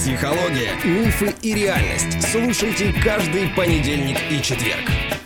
Психология, мифы и реальность. Слушайте каждый понедельник и четверг.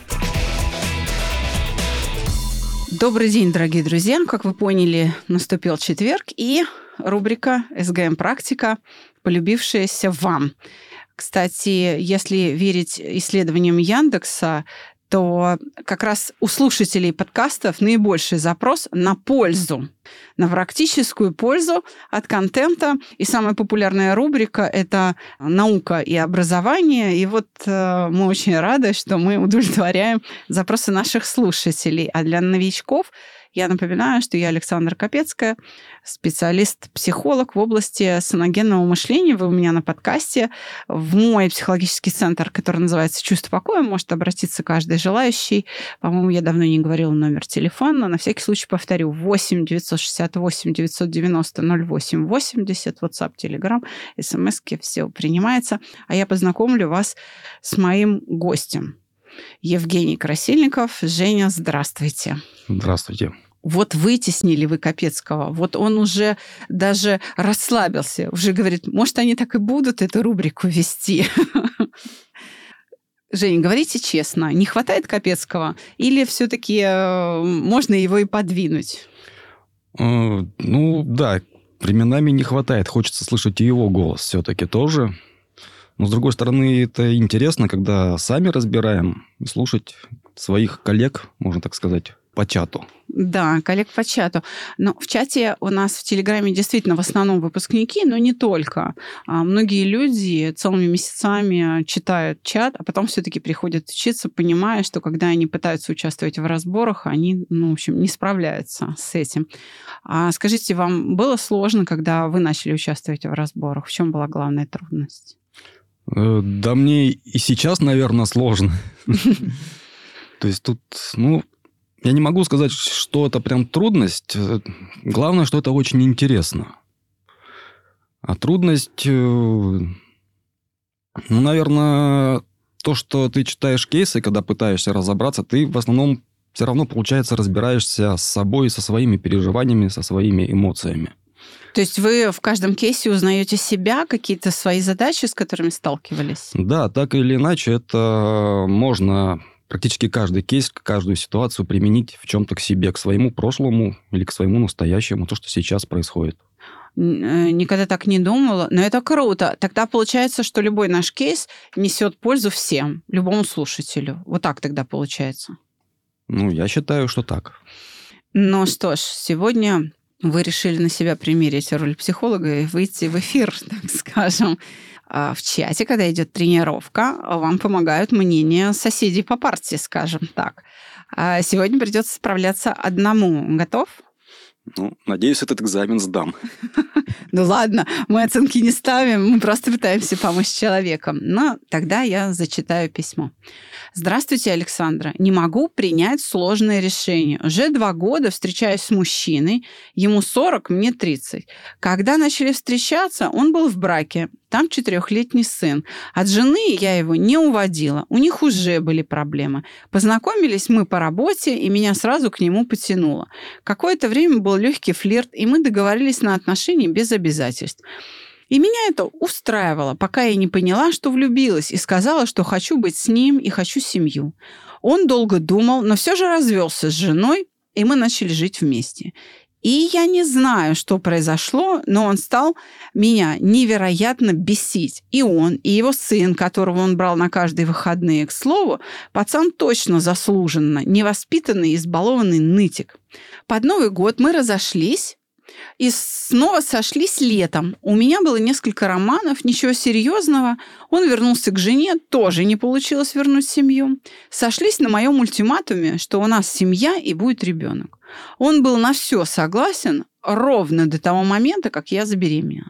Добрый день, дорогие друзья. Как вы поняли, наступил четверг и рубрика «СГМ-практика», полюбившаяся вам. Кстати, если верить исследованиям Яндекса, то как раз у слушателей подкастов наибольший запрос на пользу, на практическую пользу от контента. И самая популярная рубрика – это наука и образование. И вот мы очень рады, что мы удовлетворяем запросы наших слушателей. А для новичков я напоминаю, что я Александра Капецкая, специалист-психолог в области саногенного мышления. Вы у меня на подкасте. В мой психологический центр, который называется «Чувство покоя», может обратиться каждый желающий. По-моему, я давно не говорила номер телефона. На всякий случай повторю. 8 968 990 08 80. WhatsApp, Telegram, смс-ки, все принимается. А я познакомлю вас с моим гостем. Евгений Красильников. Женя, здравствуйте. Здравствуйте. Вот вытеснили вы Капецкого, вот он уже даже расслабился, уже говорит, может, они так и будут эту рубрику вести. Жень, говорите честно, не хватает Капецкого или все-таки можно его и подвинуть? Ну, да, временами не хватает, хочется слышать и его голос все-таки тоже. Но, с другой стороны, это интересно, когда сами разбираем, слушать своих коллег, можно так сказать, по чату. Да, коллег по чату. Но в чате у нас в Телеграме действительно в основном выпускники, но не только. Многие люди целыми месяцами читают чат, а потом все-таки приходят учиться, понимая, что когда они пытаются участвовать в разборах, они, в общем, не справляются с этим. А скажите, вам было сложно, когда вы начали участвовать в разборах? В чем была главная трудность? Да мне и сейчас, наверное, сложно. То есть тут, я не могу сказать, что это прям трудность. Главное, что это очень интересно. А трудность, наверное, то, что ты читаешь кейсы, когда пытаешься разобраться, ты в основном все равно, получается, разбираешься с собой, со своими переживаниями, со своими эмоциями. То есть вы в каждом кейсе узнаете себя, какие-то свои задачи, с которыми сталкивались? Да, так или иначе, это можно практически каждый кейс, каждую ситуацию применить в чем-то к себе, к своему прошлому или к своему настоящему, то, что сейчас происходит. Никогда так не думала, но это круто. Тогда получается, что любой наш кейс несет пользу всем, любому слушателю. Вот так тогда получается. Я считаю, что так. Ну что ж, сегодня вы решили на себя примерить роль психолога и выйти в эфир, так скажем. В чате, когда идет тренировка, вам помогают мнения соседей по партии, скажем так. Сегодня придется справляться одному. Готов? Надеюсь, этот экзамен сдам. Ну ладно, мы оценки не ставим, мы просто пытаемся помочь человеку. Но тогда я зачитаю письмо. Здравствуйте, Александра. Не могу принять сложное решение. Уже 2 года встречаюсь с мужчиной, ему 40, мне 30. Когда начали встречаться, он был в браке. Там 4-летний сын. От жены я его не уводила. У них уже были проблемы. Познакомились мы по работе, и меня сразу к нему потянуло. Какое-то время был легкий флирт, и мы договорились на отношения без обязательств. И меня это устраивало, пока я не поняла, что влюбилась, и сказала, что хочу быть с ним и хочу семью. Он долго думал, но все же развелся с женой, и мы начали жить вместе. И я не знаю, что произошло, но он стал меня невероятно бесить. И он, и его сын, которого он брал на каждые выходные. К слову, пацан точно заслуженно невоспитанный, избалованный нытик. Под Новый год мы разошлись и снова сошлись летом. У меня было несколько романов, ничего серьезного. Он вернулся к жене, тоже не получилось вернуть семью. Сошлись на моем ультиматуме, что у нас семья и будет ребенок. Он был на все согласен ровно до того момента, как я забеременела.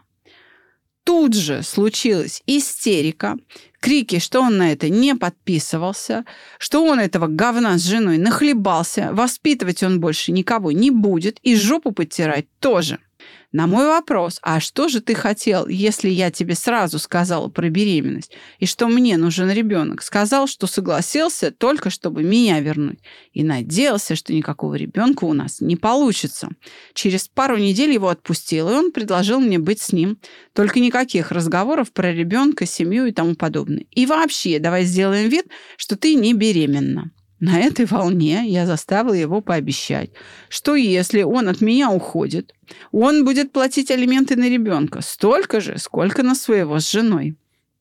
Тут же случилась истерика, крики, что он на это не подписывался, что он этого говна с женой нахлебался, воспитывать он больше никого не будет и жопу подтирать тоже. На мой вопрос, а что же ты хотел, если я тебе сразу сказала про беременность, и что мне нужен ребенок? Сказал, что согласился только, чтобы меня вернуть. И надеялся, что никакого ребенка у нас не получится. Через пару недель его отпустил, и он предложил мне быть с ним. Только никаких разговоров про ребенка, семью и тому подобное. И вообще, давай сделаем вид, что ты не беременна. На этой волне я заставила его пообещать, что если он от меня уходит, он будет платить алименты на ребенка столько же, сколько на своего с женой.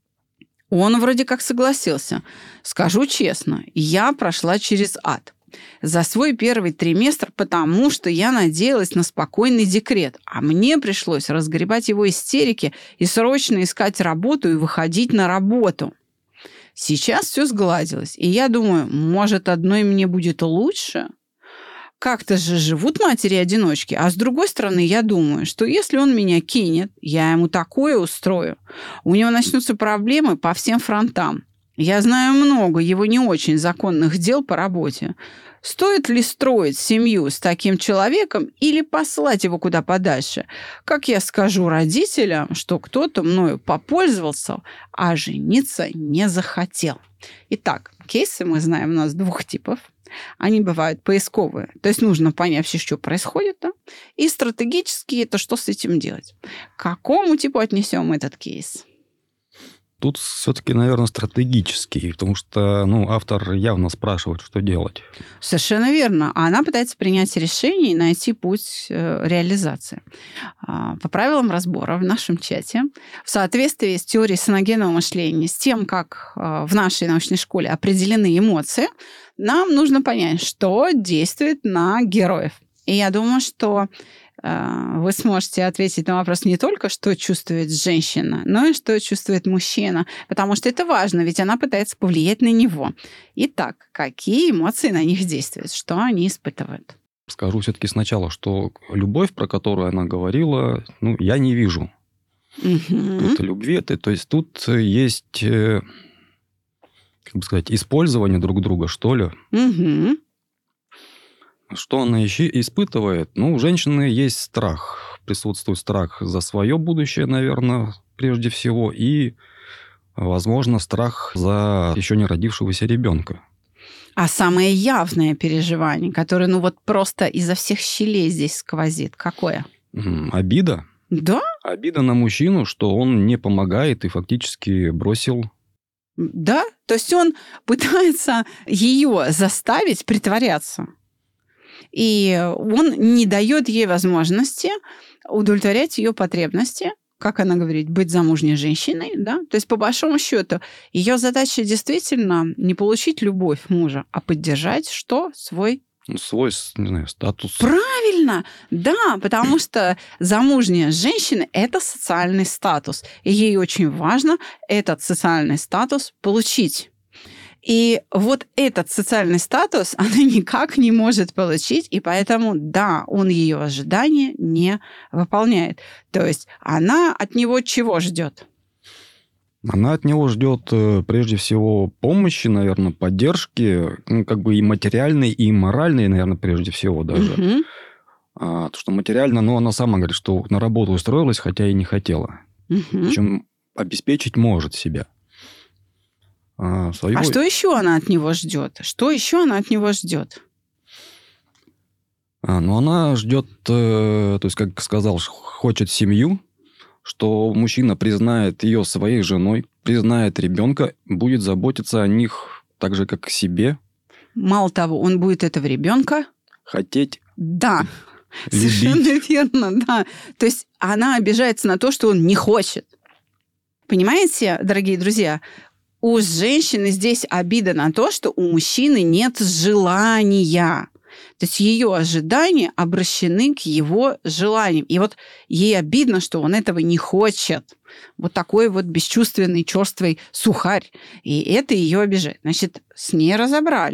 Он вроде как согласился. Скажу честно, я прошла через ад. За свой первый триместр, потому что я надеялась на спокойный декрет, а мне пришлось разгребать его истерики и срочно искать работу и выходить на работу. Сейчас все сгладилось, и я думаю, может, одной мне будет лучше? Как-то же живут матери-одиночки, а с другой стороны, я думаю, что если он меня кинет, я ему такое устрою. У него начнутся проблемы по всем фронтам. Я знаю много его не очень законных дел по работе. Стоит ли строить семью с таким человеком или послать его куда подальше? Как я скажу родителям, что кто-то мною попользовался, а жениться не захотел? Итак, кейсы мы знаем у нас двух типов. Они бывают поисковые, то есть нужно понять вообще, что происходит, да? И стратегические, это что с этим делать. К какому типу отнесем этот кейс? Тут все-таки, наверное, стратегический, потому что автор явно спрашивает, что делать. Совершенно верно. А она пытается принять решение и найти путь реализации. По правилам разбора в нашем чате, в соответствии с теорией саногенного мышления, с тем, как в нашей научной школе определены эмоции, нам нужно понять, что действует на героев. И я думаю, что вы сможете ответить на вопрос не только, что чувствует женщина, но и что чувствует мужчина, потому что это важно, ведь она пытается повлиять на него. Итак, какие эмоции на них действуют, что они испытывают? Скажу все-таки сначала, что любовь, про которую она говорила, я не вижу. Это любви, то есть тут есть, как бы сказать, использование друг друга, что ли. Что она испытывает? У женщины есть страх. Присутствует страх за свое будущее, наверное, прежде всего. И, возможно, страх за еще не родившегося ребенка. А самое явное переживание, которое, просто изо всех щелей здесь сквозит, какое? Обида. Да? Обида на мужчину, что он не помогает и фактически бросил. Да? То есть он пытается ее заставить притворяться. И он не дает ей возможности удовлетворять ее потребности, как она говорит, быть замужней женщиной, да? То есть, по большому счету, ее задача действительно не получить любовь мужа, а поддержать что? Свой, не знаю, статус. Правильно, да, потому что замужняя женщина – это социальный статус, и ей очень важно этот социальный статус получить. И вот этот социальный статус она никак не может получить, и поэтому, да, он ее ожидания не выполняет. То есть она от него чего ждет? Она от него ждет прежде всего помощи, наверное, поддержки, и материальной, и моральной, наверное, прежде всего даже. То, что материально, она сама говорит, что на работу устроилась, хотя и не хотела. Причем обеспечить может себя. А что еще она от него ждет? Что еще она от него ждет? Она ждет, то есть, как сказал, хочет семью, что мужчина признает ее своей женой, признает ребенка, будет заботиться о них так же, как о себе. Мало того, он будет этого ребенка хотеть. Да, любить. Совершенно верно, да. То есть она обижается на то, что он не хочет. Понимаете, дорогие друзья? У женщины здесь обида на то, что у мужчины нет желания. То есть ее ожидания обращены к его желаниям. И вот ей обидно, что он этого не хочет. Вот такой вот бесчувственный, черствый сухарь. И это ее обижает. Значит, с ней разобрались.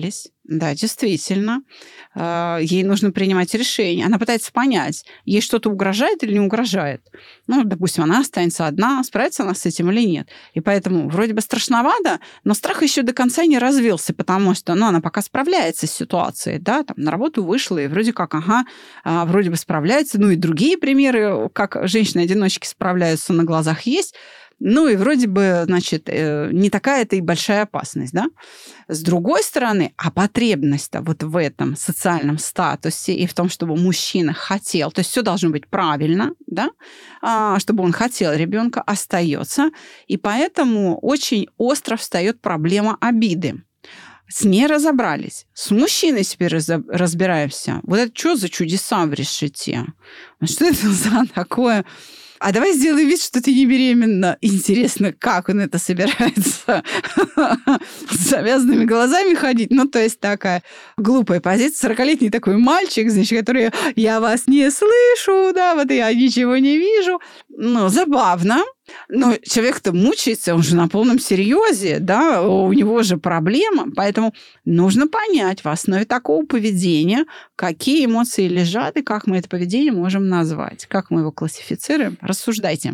Да, действительно. Ей нужно принимать решение. Она пытается понять, ей что-то угрожает или не угрожает. Ну, допустим, она останется одна, справится она с этим или нет. И поэтому вроде бы страшновато, но страх еще до конца не развился, потому что она пока справляется с ситуацией, да, там на работу вышла, и вроде как, вроде бы справляется. Ну, и другие примеры, как женщины-одиночки справляются, на глазах есть. Ну, и вроде бы, значит, не такая это и большая опасность, да? С другой стороны, а потребность-то вот в этом социальном статусе и в том, чтобы мужчина хотел, то есть все должно быть правильно, да? Чтобы он хотел ребенка, остается. И поэтому очень остро встает проблема обиды. С ней разобрались. С мужчиной теперь разбираемся. Вот это что за чудеса в решете? Что это за такое... А давай сделаем вид, что ты не беременна. Интересно, как он это собирается с завязанными глазами ходить? Ну, то есть такая глупая позиция. 40-летний такой мальчик, значит, который «я вас не слышу», да, вот я ничего не вижу. Ну, забавно. Но человек-то мучается, он же на полном серьезе, да, у него же проблема. Поэтому нужно понять в основе такого поведения, какие эмоции лежат и как мы это поведение можем назвать. Как мы его классифицируем? Рассуждайте.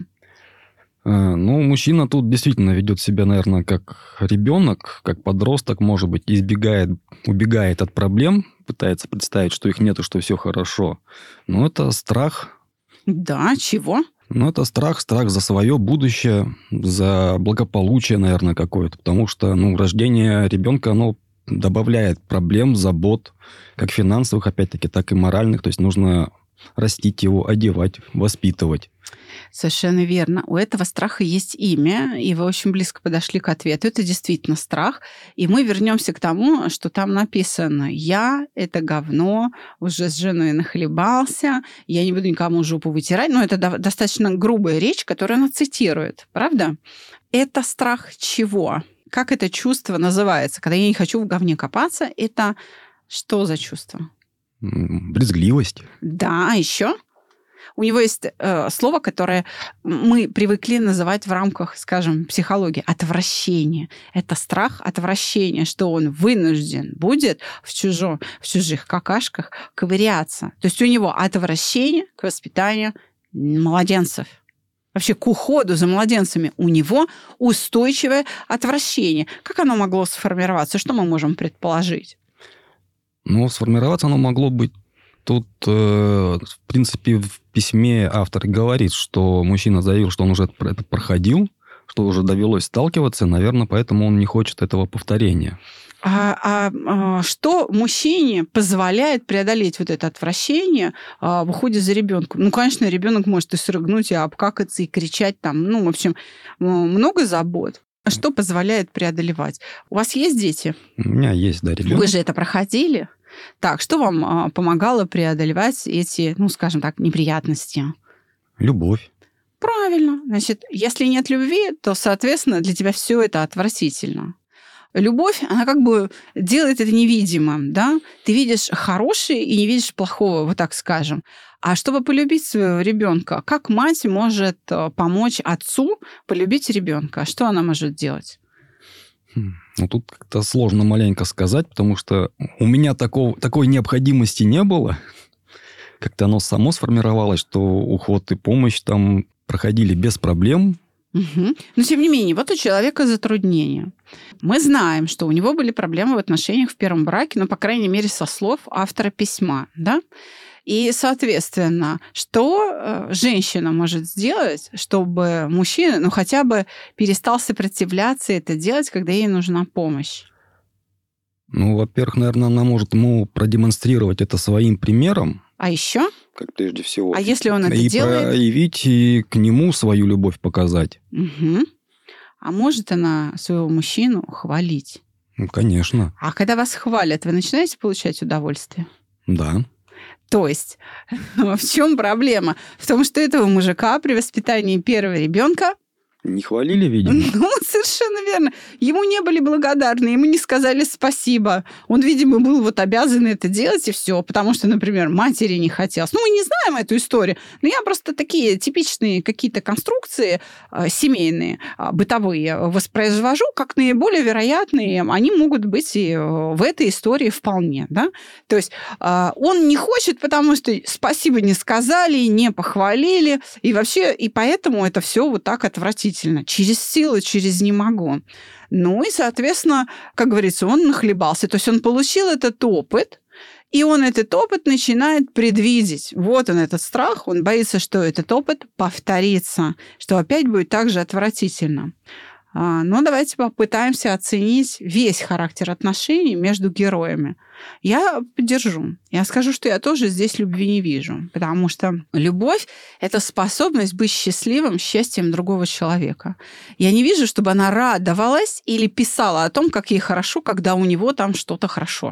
Ну, мужчина тут действительно ведет себя, наверное, как ребенок, как подросток, может быть, убегает от проблем, пытается представить, что их нет и что все хорошо. Но это страх. Да, чего? Ну, это страх за свое будущее, за благополучие, наверное, какое-то. Потому что, рождение ребенка, оно добавляет проблем, забот, как финансовых, опять-таки, так и моральных. То есть нужно растить его, одевать, воспитывать. Совершенно верно. У этого страха есть имя, и вы очень близко подошли к ответу. Это действительно страх. И мы вернемся к тому, что там написано: «Я — это говно, уже с женой нахлебался, я не буду никому жопу вытирать». Но это достаточно грубая речь, которую она цитирует. Правда? Это страх чего? Как это чувство называется? Когда я не хочу в говне копаться, это что за чувство? Брезгливость. Да, а еще? У него есть слово, которое мы привыкли называть в рамках, скажем, психологии – отвращение. Это страх отвращения, что он вынужден будет в чужих какашках ковыряться. То есть у него отвращение к воспитанию младенцев. Вообще к уходу за младенцами у него устойчивое отвращение. Как оно могло сформироваться? Что мы можем предположить? Сформироваться оно могло быть. Тут, в принципе, в письме автор говорит, что мужчина заявил, что он уже это проходил, что уже довелось сталкиваться, наверное, поэтому он не хочет этого повторения. Что мужчине позволяет преодолеть вот это отвращение в уходе за ребенком? Конечно, ребенок может и срыгнуть, и обкакаться, и кричать там. В общем, много забот. Что позволяет преодолевать? У вас есть дети? У меня есть, да, ребенок. Вы же это проходили? Так, что вам помогало преодолевать эти, скажем так, неприятности? Любовь. Правильно. Значит, если нет любви, то, соответственно, для тебя все это отвратительно. Любовь, она как бы делает это невидимым, да? Ты видишь хорошее и не видишь плохого, вот так скажем. А чтобы полюбить своего ребенка, как мать может помочь отцу полюбить ребенка? Что она может делать? Тут как-то сложно маленько сказать, потому что у меня такой необходимости не было. Как-то оно само сформировалось, что уход и помощь там проходили без проблем. Угу. Но, тем не менее, вот у человека затруднения. Мы знаем, что у него были проблемы в отношениях в первом браке, по крайней мере, со слов автора письма, да? И, соответственно, что женщина может сделать, чтобы мужчина, хотя бы перестал сопротивляться и это делать, когда ей нужна помощь? Во-первых, наверное, она может ему продемонстрировать это своим примером. А еще? Как прежде всего. А если он это делает? И проявить и к нему свою любовь показать. Угу. А может она своего мужчину хвалить? Конечно. А когда вас хвалят, вы начинаете получать удовольствие? Да. То есть в чем проблема? В том, что этого мужика при воспитании первого ребенка Не хвалили, видимо? Ну, совершенно верно. Ему не были благодарны, ему не сказали спасибо. Он, видимо, был вот обязан это делать, и все. Потому что, например, матери не хотелось. Ну, мы не знаем эту историю, но я просто такие типичные какие-то конструкции семейные, бытовые воспроизвожу, как наиболее вероятные. Они могут быть и в этой истории вполне. Да? То есть он не хочет, потому что спасибо не сказали, не похвалили, и вообще, и поэтому это все вот так отвратительно. Через силу, через не могу. Ну и, соответственно, как говорится, он нахлебался. То есть он получил этот опыт, и он этот опыт начинает предвидеть. Вот он, этот страх, он боится, что этот опыт повторится, что опять будет так же отвратительно. Но давайте попытаемся оценить весь характер отношений между героями. Я поддержу. Я скажу, что я тоже здесь любви не вижу, потому что любовь – это способность быть счастливым счастьем другого человека. Я не вижу, чтобы она радовалась или писала о том, как ей хорошо, когда у него там что-то хорошо.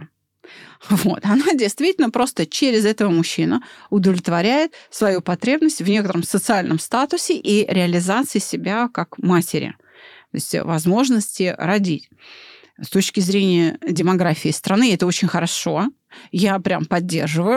Вот. Она действительно просто через этого мужчину удовлетворяет свою потребность в некотором социальном статусе и реализации себя как матери. То есть возможности родить. С точки зрения демографии страны это очень хорошо. Я прям поддерживаю.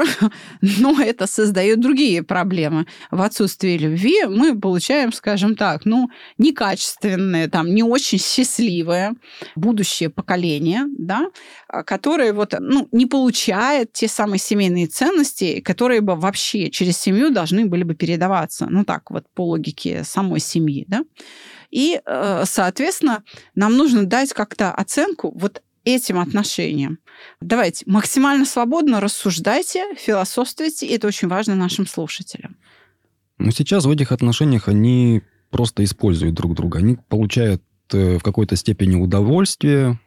Но это создает другие проблемы. В отсутствии любви мы получаем, скажем так, некачественное, не очень счастливое будущее поколение, да, которое не получает те самые семейные ценности, которые бы вообще через семью должны были бы передаваться. По логике самой семьи, да. И, соответственно, нам нужно дать как-то оценку вот этим отношениям. Давайте максимально свободно рассуждайте, философствуйте, и это очень важно нашим слушателям. Сейчас в этих отношениях они просто используют друг друга. Они получают в какой-то степени удовольствие,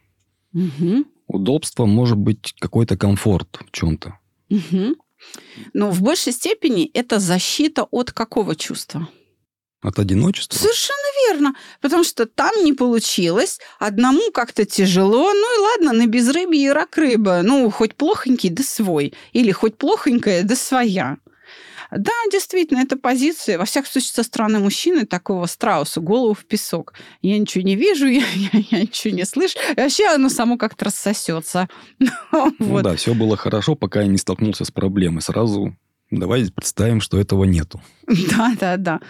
удобство, может быть, какой-то комфорт в чем-то. Но в большей степени это защита от какого чувства? От одиночества? Совершенно верно. Потому что там не получилось, одному как-то тяжело. Ну и ладно, на безрыбье и рак рыба. Хоть плохонький, да свой. Или хоть плохонькая, да своя. Да, действительно, это позиция, во всяком случае, со стороны мужчины, такого страуса, голову в песок. Я ничего не вижу, я ничего не слышу. И вообще оно само как-то рассосется. Да, все было хорошо, пока я не столкнулся с проблемой. Сразу давайте представим, что этого нету. Да.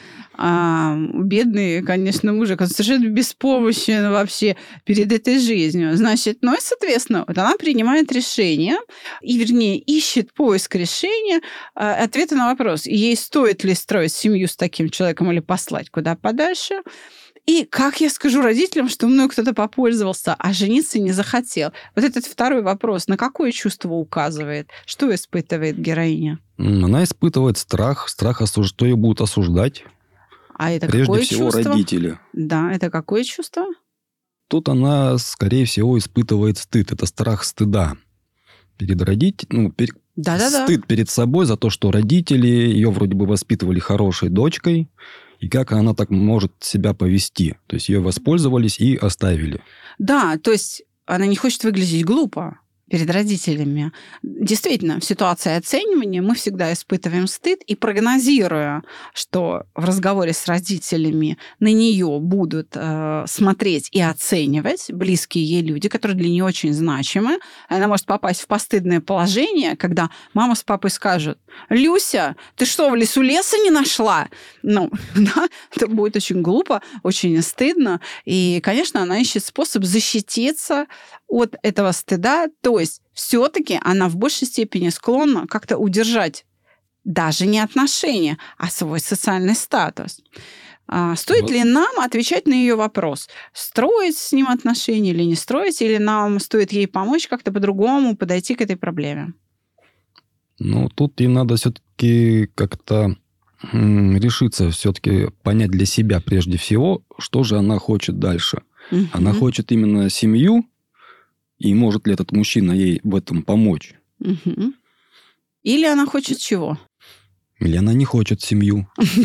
Бедный, конечно, мужик, он совершенно беспомощен вообще перед этой жизнью. Значит, и, соответственно, она принимает решение, вернее, ищет поиск решения, ответа на вопрос, ей стоит ли строить семью с таким человеком или послать куда подальше. И как я скажу родителям, что мной кто-то попользовался, а жениться не захотел? Вот этот второй вопрос, на какое чувство указывает? Что испытывает героиня? Она испытывает страх, что ее будут осуждать. А это прежде какое всего чувство? Родители. Да, это какое чувство? Тут она, скорее всего, испытывает стыд. Это страх стыда перед родителями. Стыд перед собой за то, что родители ее вроде бы воспитывали хорошей дочкой, и как она так может себя повести. То есть ее воспользовались и оставили. Да, то есть она не хочет выглядеть глупо перед родителями. Действительно, в ситуации оценивания мы всегда испытываем стыд, и прогнозируя, что в разговоре с родителями на нее будут смотреть и оценивать близкие ей люди, которые для нее очень значимы, она может попасть в постыдное положение, когда мама с папой скажут: «Люся, ты что, в лесу леса не нашла?» Это будет очень глупо, очень стыдно. И, конечно, она ищет способ защититься от этого стыда. То есть все-таки она в большей степени склонна как-то удержать даже не отношения, а свой социальный статус. Стоит ли нам отвечать на ее вопрос, строить с ним отношения или не строить, или нам стоит ей помочь как-то по-другому подойти к этой проблеме? Тут ей надо все-таки как-то решиться, все-таки понять для себя прежде всего, что же она хочет дальше. Она хочет именно семью, и может ли этот мужчина ей в этом помочь? Или она хочет чего? Или она не хочет семью.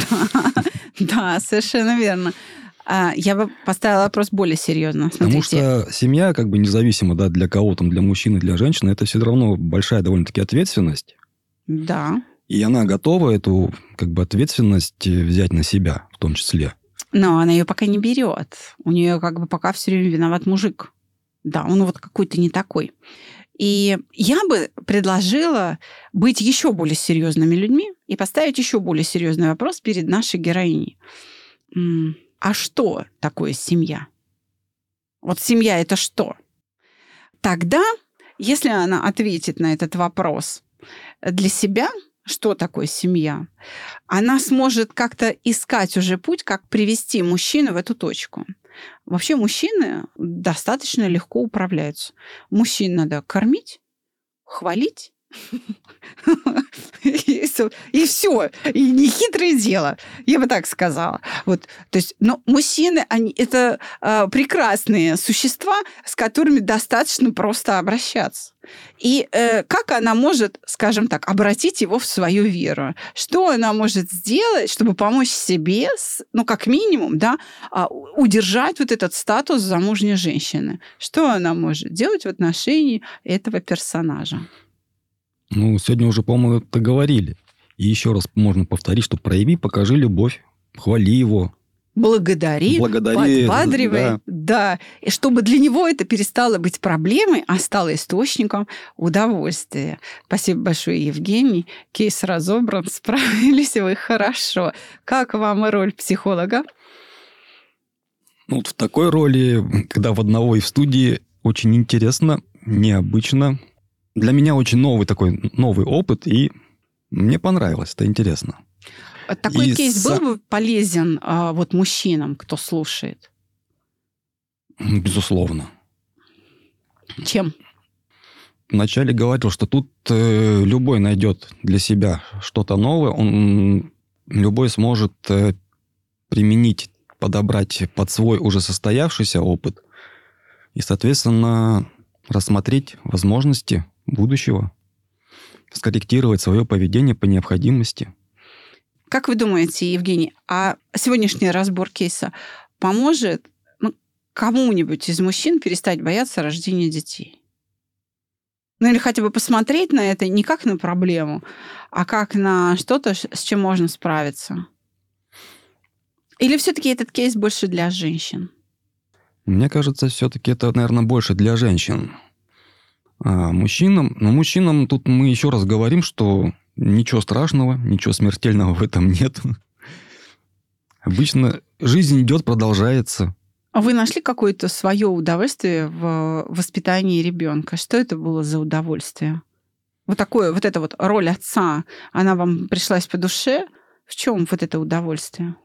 Да, совершенно верно. Я бы поставила вопрос более серьезно. Потому что семья, независимо, для кого там, для мужчины, для женщины, это все равно большая довольно-таки ответственность. Да. И она готова эту ответственность взять на себя в том числе. Но она ее пока не берет. У нее как бы пока все время виноват мужик. Да, он вот какой-то не такой. И я бы предложила быть еще более серьезными людьми и поставить еще более серьезный вопрос перед нашей героиней. А что такое семья? Вот семья – это что? Тогда, если она ответит на этот вопрос для себя, что такое семья, она сможет как-то искать уже путь, как привести мужчину в эту точку. Вообще мужчины достаточно легко управляются. Мужчин надо кормить, хвалить, и все. И нехитрое дело, я бы так сказала. Вот, то есть, но мужчины, они это прекрасные существа, с которыми достаточно просто обращаться. И как она может, скажем так, обратить его в свою веру? Что она может сделать, чтобы помочь себе, ну, как минимум, да, удержать вот этот статус замужней женщины? Что она может делать в отношении этого персонажа? Ну, сегодня уже, по-моему, это говорили. И еще раз можно повторить, что прояви, покажи любовь, хвали его. Благодари, подбадривай. Да. И чтобы для него это перестало быть проблемой, а стало источником удовольствия. Спасибо большое, Евгений. Кейс разобран, справились вы хорошо. Как вам роль психолога? Ну, вот в такой роли, когда в одного и в студии, очень интересно, необычно. Для меня очень новый опыт, и мне понравилось, это интересно. Такой кейс был бы полезен вот мужчинам, кто слушает? Безусловно. Чем? Вначале говорил, что тут любой найдет для себя что-то новое, любой сможет применить, подобрать под свой уже состоявшийся опыт и, соответственно, рассмотреть возможности будущего, скорректировать свое поведение по необходимости. Как вы думаете, Евгений, а сегодняшний разбор кейса поможет кому-нибудь из мужчин перестать бояться рождения детей? Ну или хотя бы посмотреть на это не как на проблему, а как на что-то, с чем можно справиться? Или все-таки этот кейс больше для женщин? Мне кажется, все-таки это, наверное, больше для женщин. А мужчинам тут мы еще раз говорим, что ничего страшного, ничего смертельного в этом нет. Обычно жизнь идет, продолжается. А вы нашли какое-то свое удовольствие в воспитании ребенка? Что это было за удовольствие? Вот эта вот роль отца, она вам пришлась по душе? В чем вот это удовольствие?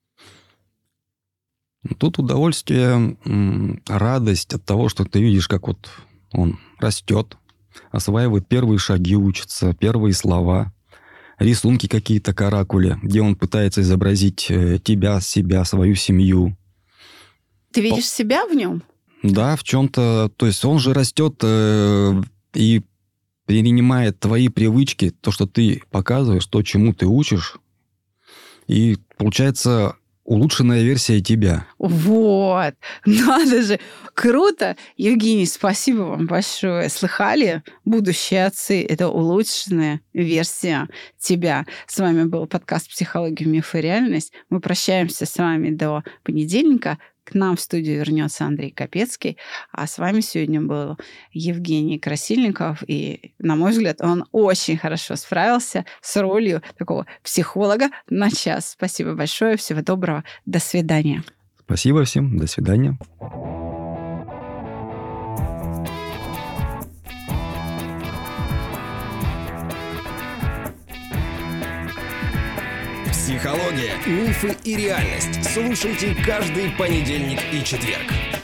Тут удовольствие, радость от того, что ты видишь, как вот он растет, осваивает первые шаги, учится, первые слова, рисунки какие-то, каракули, где он пытается изобразить тебя, себя, свою семью. Ты видишь себя в нем? Да, в чем-то. То есть он же растет и перенимает твои привычки, то, что ты показываешь, то, чему ты учишь. И получается улучшенная версия тебя. Вот, надо же. Круто. Евгений, спасибо вам большое. Слыхали? Будущие отцы – это улучшенная версия тебя. С вами был подкаст «Психология, миф и реальность». Мы прощаемся с вами до понедельника. К нам в студию вернется Андрей Капецкий. А с вами сегодня был Евгений Красильников. И, на мой взгляд, он очень хорошо справился с ролью такого психолога на час. Спасибо большое. Всего доброго. До свидания. Спасибо всем. До свидания. Психология, мифы и реальность. Слушайте каждый понедельник и четверг.